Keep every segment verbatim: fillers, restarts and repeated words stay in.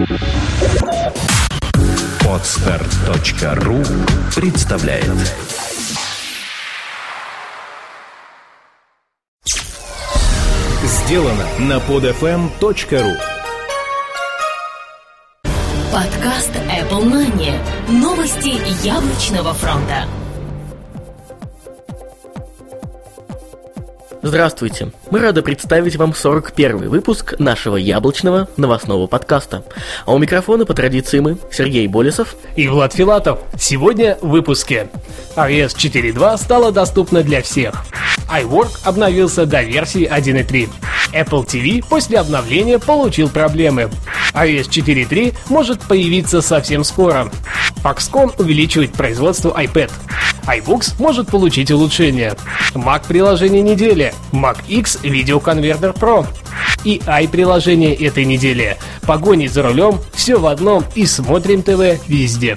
Подстар точка ру представляет. Сделано на под эф эм точка ру. Подкаст Apple Money. Новости яблочного фронта. Здравствуйте! Мы рады представить вам сорок первый выпуск нашего яблочного новостного подкаста. А у микрофона по традиции мы, Сергей Болесов и Влад Филатов. Сегодня в выпуске. ай о эс четыре точка два стала доступна для всех. iWork обновился до версии один точка три. Apple ти ви после обновления получил проблемы. ай о эс четыре точка три может появиться совсем скоро. Foxconn увеличивает производство iPad. iBooks может получить улучшение. Mac приложение недели. Mac X видеоконвертер Pro. И i-приложение этой недели. Погони за рулем, все в одном и смотрим ТВ везде.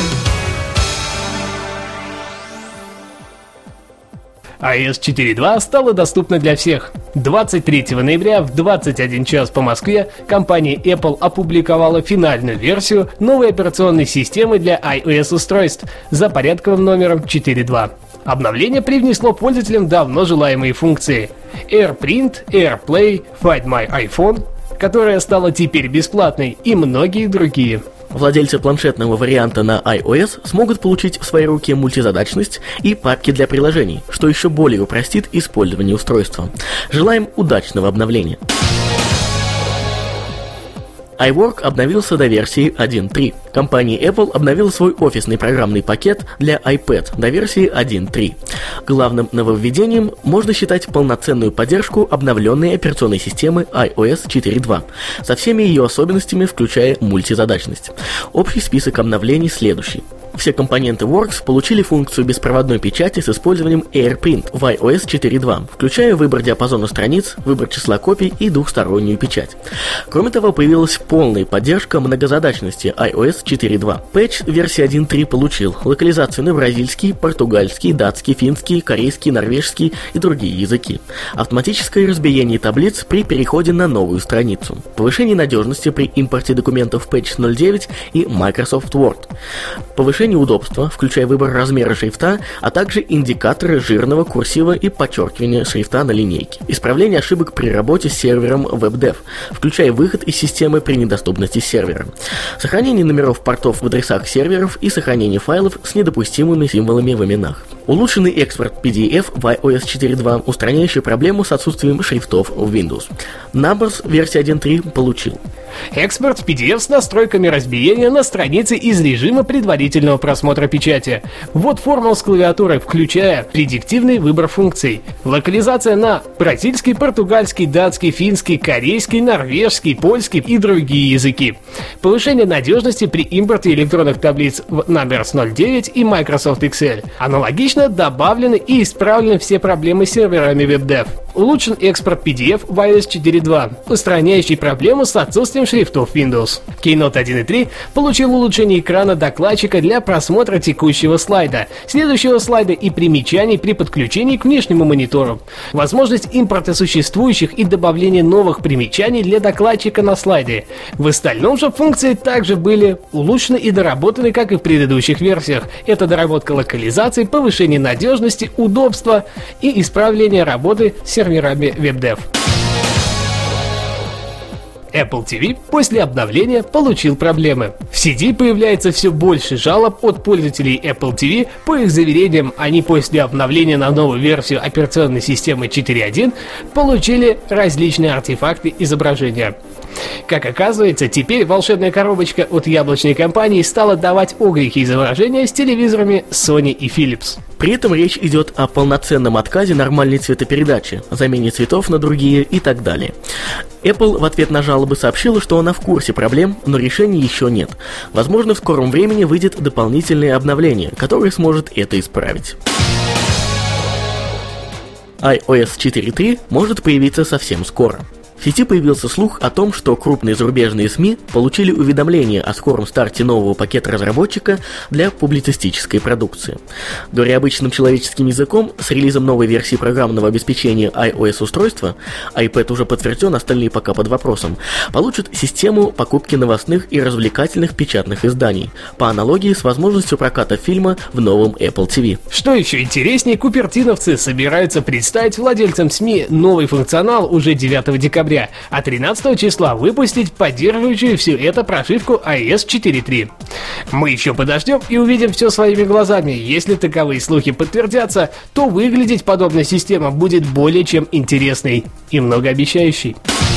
ай о эс четыре точка два стала доступна для всех. двадцать третьего ноября в двадцать один час по Москве компания Apple опубликовала финальную версию новой операционной системы для iOS устройств за порядковым номером четыре точка два. Обновление привнесло пользователям давно желаемые функции AirPrint, AirPlay, Find My iPhone, которая стала теперь бесплатной, и многие другие. Владельцы планшетного варианта на iOS смогут получить в свои руки мультизадачность и папки для приложений, что еще более упростит использование устройства. Желаем удачного обновления! iWork обновился до версии один точка три. Компания Apple обновила свой офисный программный пакет для iPad до версии один точка три. Главным нововведением можно считать полноценную поддержку обновленной операционной системы ай о эс четыре точка два со всеми ее особенностями, включая мультизадачность. Общий список обновлений следующий. Все компоненты Works получили функцию беспроводной печати с использованием AirPrint в ай о эс четыре точка два, включая выбор диапазона страниц, выбор числа копий и двухстороннюю печать. Кроме того, появилась полная поддержка многозадачности ай о эс четыре точка два. Патч версии один точка три получил локализацию на бразильский, португальский, датский, финский, корейский, норвежский и другие языки. Автоматическое разбиение таблиц при переходе на новую страницу. Повышение надежности при импорте документов Patch ноль девять и Microsoft Word. Повышение удобства, включая выбор размера шрифта, а также индикаторы жирного, курсива и подчеркивания шрифта на линейке. Исправление ошибок при работе с сервером WebDev, включая выход из системы при недоступности сервера. Сохранение номеров портов в адресах серверов и сохранение файлов с недопустимыми символами в именах. Улучшенный экспорт пи ди эф в ай о эс четыре точка два, устраняющий проблему с отсутствием шрифтов в Windows. Numbers версии один точка три получил. Экспорт пи ди эф с настройками разбиения на странице из режима предварительного просмотра печати. Вот формул с клавиатурой, включая предиктивный выбор функций. Локализация на бразильский, португальский, датский, финский, корейский, норвежский, польский и другие языки. Повышение надежности при импорте электронных таблиц в Numbers ноль девять и Microsoft Excel. Аналогично добавлены и исправлены все проблемы с серверами WebDev. Улучшен экспорт пи ди эф в ай о эс четыре точка два, устраняющий проблему с отсутствием шрифтов Windows. Keynote один точка три получил улучшение экрана докладчика для просмотра текущего слайда, следующего слайда и примечаний при подключении к внешнему монитору. Возможность импорта существующих и добавления новых примечаний для докладчика на слайде. В остальном же функции также были улучшены и доработаны, как и в предыдущих версиях. Это доработка локализации, повышение надежности, удобства и исправление работы с серверами WebDev. Apple ти ви после обновления получил проблемы. В сети появляется все больше жалоб от пользователей Apple ти ви. По их заверениям, они после обновления на новую версию операционной системы четыре точка один получили различные артефакты изображения. Как оказывается, теперь волшебная коробочка от яблочной компании стала давать огрехи изображения с телевизорами Sony и Philips. При этом речь идет о полноценном отказе нормальной цветопередачи, замене цветов на другие и так далее. Apple в ответ на жалобы сообщила, что она в курсе проблем, но решений еще нет. Возможно, в скором времени выйдет дополнительное обновление, которое сможет это исправить. ай о эс четыре точка три может появиться совсем скоро. В сети появился слух о том, что крупные зарубежные СМИ получили уведомление о скором старте нового пакета разработчика для публицистической продукции. Говоря обычным человеческим языком, с релизом новой версии программного обеспечения iOS-устройства, iPad уже подтвержден, остальные пока под вопросом, получат систему покупки новостных и развлекательных печатных изданий, по аналогии с возможностью проката фильма в новом Apple ти ви. Что еще интереснее, купертиновцы собираются представить владельцам СМИ новый функционал уже девятого декабря, а тринадцатого числа выпустить поддерживающую все это прошивку ай о эс четыре точка три. Мы еще подождем и увидим все своими глазами. Если таковые слухи подтвердятся, то выглядеть подобная система будет более чем интересной и многообещающей.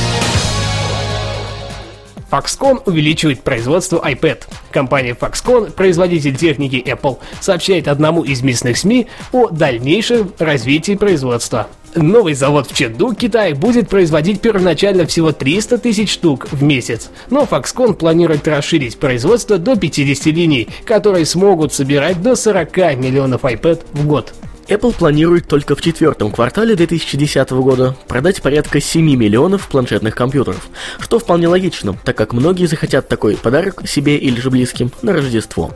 Foxconn увеличивает производство iPad. Компания Foxconn, производитель техники Apple, сообщает одному из местных СМИ о дальнейшем развитии производства. Новый завод в Чэнду, Китай, будет производить первоначально всего триста тысяч штук в месяц, но Foxconn планирует расширить производство до пятидесяти линий, которые смогут собирать до сорока миллионов iPad в год. Apple планирует только в четвертом квартале две тысячи десятого года продать порядка семи миллионов планшетных компьютеров, что вполне логично, так как многие захотят такой подарок себе или же близким на Рождество.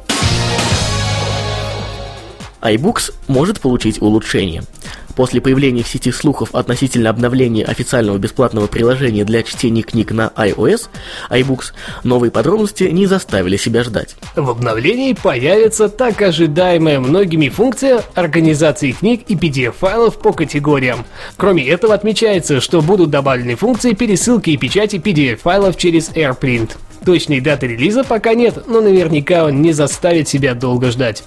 iBooks может получить улучшение. После появления в сети слухов относительно обновления официального бесплатного приложения для чтения книг на iOS, iBooks, новые подробности не заставили себя ждать. В обновлении появится так ожидаемая многими функция организации книг и пи ди эф-файлов по категориям. Кроме этого, отмечается, что будут добавлены функции пересылки и печати пи ди эф-файлов через AirPrint. Точной даты релиза пока нет, но наверняка он не заставит себя долго ждать.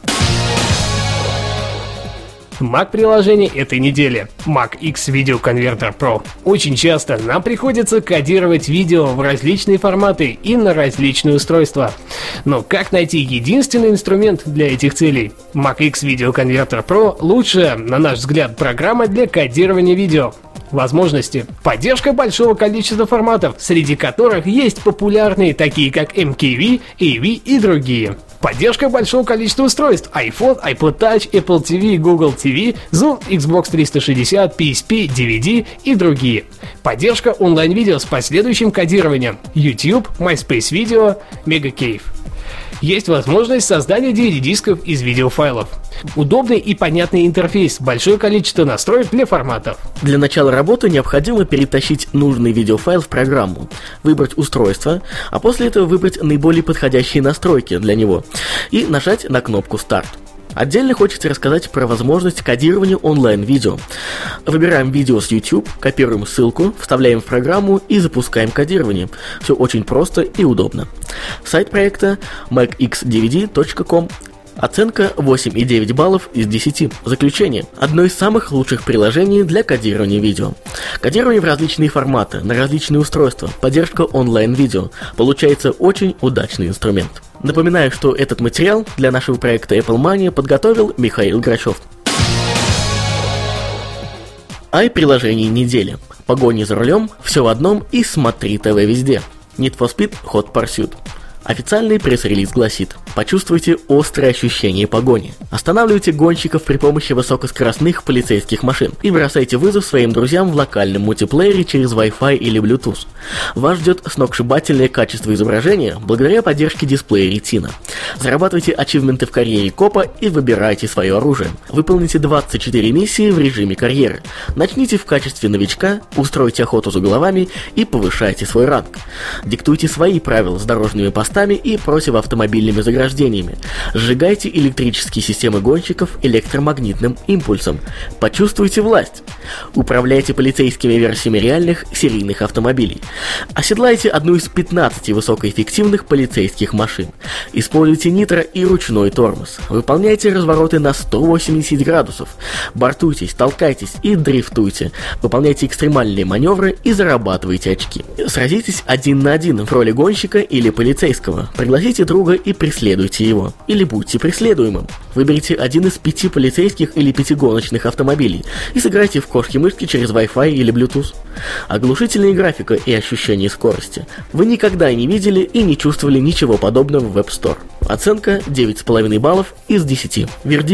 Mac-приложение этой недели. Mac X Video Converter Pro. Очень часто нам приходится кодировать видео в различные форматы и на различные устройства. Но как найти единственный инструмент для этих целей? Mac X Video Converter Pro лучшая, на наш взгляд, программа для кодирования видео. Возможности. Поддержка большого количества форматов, среди которых есть популярные, такие как эм кей ви, эй ви и другие. Поддержка большого количества устройств: iPhone, iPod Touch, Apple ти ви, Google ти ви, Zoom, Xbox триста шестьдесят, пи эс пи, ди ви ди и другие. Поддержка онлайн-видео с последующим кодированием: YouTube, MySpace Video, MegaCave. Есть возможность создания ди ви ди-дисков из видеофайлов. Удобный и понятный интерфейс, большое количество настроек для форматов. Для начала работы необходимо перетащить нужный видеофайл в программу, выбрать устройство, а после этого выбрать наиболее подходящие настройки для него и нажать на кнопку «Старт». Отдельно хочется рассказать про возможность кодирования онлайн-видео. Выбираем видео с YouTube, копируем ссылку, вставляем в программу и запускаем кодирование. Все очень просто и удобно. Сайт проекта мак икс ди ви ди точка ком. Оценка восемь и девять баллов из десяти. Заключение. Одно из самых лучших приложений для кодирования видео. Кодирование в различные форматы, на различные устройства, поддержка онлайн-видео. Получается очень удачный инструмент. Напоминаю, что этот материал для нашего проекта Apple Mania подготовил Михаил Грачев. Ай-приложение недели. Погони за рулем, все в одном и смотри ТВ везде. Need for Speed Hot Pursuit. Официальный пресс-релиз гласит: почувствуйте острое ощущение погони. Останавливайте гонщиков при помощи высокоскоростных полицейских машин и бросайте вызов своим друзьям в локальном мультиплеере через Wi-Fi или Bluetooth. Вас ждет сногсшибательное качество изображения благодаря поддержке дисплея Retina. Зарабатывайте ачивменты в карьере копа и выбирайте свое оружие. Выполните двадцать четыре миссии в режиме карьеры. Начните в качестве новичка, устройте охоту за головами и повышайте свой ранг. Диктуйте свои правила с дорожными постами и противоавтомобильными заграждениями. Сжигайте электрические системы гонщиков электромагнитным импульсом. Почувствуйте власть. Управляйте полицейскими версиями реальных серийных автомобилей. Оседлайте одну из пятнадцати высокоэффективных полицейских машин. Используйте нитро и ручной тормоз. Выполняйте развороты на сто восемьдесят градусов. Бортуйтесь, толкайтесь и дрифтуйте. Выполняйте экстремальные маневры и зарабатывайте очки. Сразитесь один на один в роли гонщика или полицейского. Пригласите друга и преследуйте его. Или будьте преследуемым. Выберите один из пяти полицейских или пяти гоночных автомобилей и сыграйте в кошки-мышки через Wi-Fi или Bluetooth. Оглушительная графика и ощущение скорости. Вы никогда не видели и не чувствовали ничего подобного в App Store. Оценка девять с половиной баллов из десяти. Вердикт.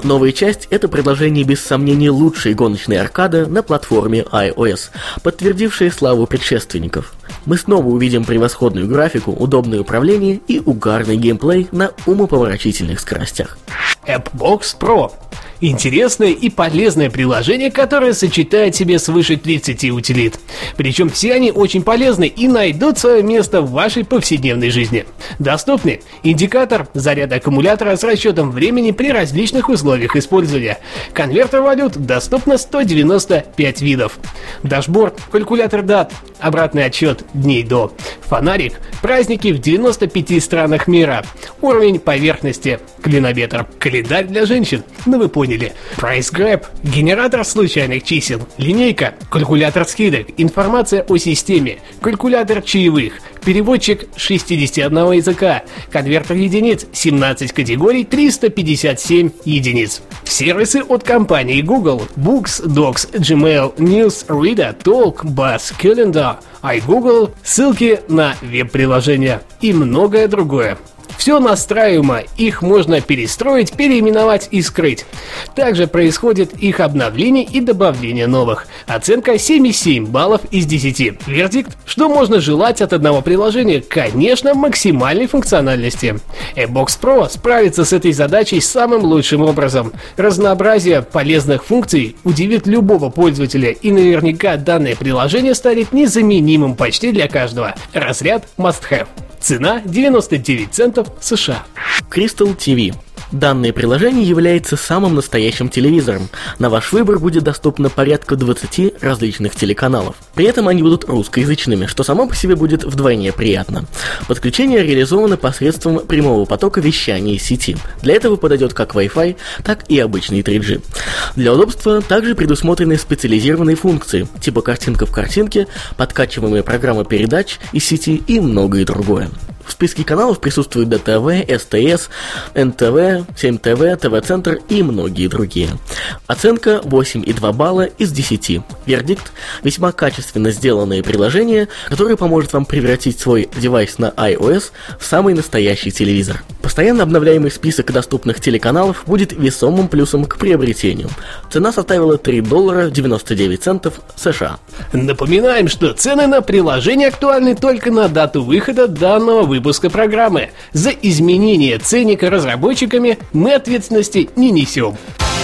Новая часть — это предложение без сомнений лучшей гоночной аркады на платформе iOS, подтвердившая славу предшественников. Мы снова увидим превосходную графику, удобное управление и угарный геймплей на умопомрачительных скоростях. AppBox Pro. Интересное и полезное приложение, которое сочетает в себе свыше тридцати утилит. Причем все они очень полезны и найдут свое место в вашей повседневной жизни. Доступны индикатор заряда аккумулятора с расчетом времени при различных условиях использования. Конвертер валют доступно сто девяносто пять видов. Дашборд, калькулятор дат, обратный отсчет дней до. Фонарик, праздники в девяноста пяти странах мира. Уровень поверхности, клинометр. Календарь для женщин, ну вы поняли. Price Grab, генератор случайных чисел, линейка, калькулятор скидок, информация о системе, калькулятор чаевых, переводчик шестидесяти одного языка, конвертер единиц, семнадцать категорий, триста пятьдесят семь единиц. Сервисы от компании Google: Books, Docs, Gmail, News, Reader, Talk, Buzz, Calendar, iGoogle, ссылки на веб-приложения и многое другое. Все настраиваемо, их можно перестроить, переименовать и скрыть. Также происходит их обновление и добавление новых. Оценка семь и семь баллов из десяти. Вердикт: что можно желать от одного приложения? Конечно, максимальной функциональности. AppBox Pro справится с этой задачей самым лучшим образом. Разнообразие полезных функций удивит любого пользователя, и наверняка данное приложение станет незаменимым почти для каждого. Разряд Must Have. Цена девяносто девять центов США. Crystal ти ви. Данное приложение является самым настоящим телевизором. На ваш выбор будет доступно порядка двадцати различных телеканалов. При этом они будут русскоязычными, что само по себе будет вдвойне приятно. Подключение реализовано посредством прямого потока вещания из сети. Для этого подойдет как Wi-Fi, так и обычный три джи. Для удобства также предусмотрены специализированные функции, типа картинка в картинке, подкачиваемая программа передач из сети и многое другое. В списке каналов присутствуют ди ти ви, эс тэ эс, эн тэ вэ, семь тэ вэ, тэ вэ-центр и многие другие. Оценка восемь и два балла из десяти. Вердикт: весьма качественно сделанное приложение, которое поможет вам превратить свой девайс на iOS в самый настоящий телевизор. Постоянно обновляемый список доступных телеканалов будет весомым плюсом к приобретению. Цена составила три доллара девяносто девять центов США. Напоминаем, что цены на приложение актуальны только на дату выхода данного выпуска программы. За изменение ценника разработчиками мы ответственности не несем.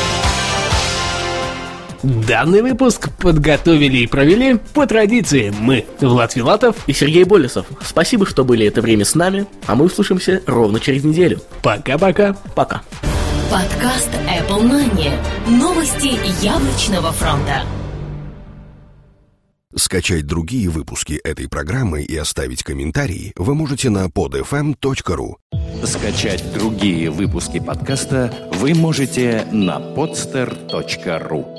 Данный выпуск подготовили и провели по традиции мы, Влад Филатов и Сергей Болесов. Спасибо, что были это время с нами, а мы услышимся ровно через неделю. Пока-пока. Пока. Подкаст Apple Money. Новости яблочного фронта. Скачать другие выпуски этой программы и оставить комментарии вы можете на под эф эм точка ру. Скачать другие выпуски подкаста вы можете на подстер точка ру.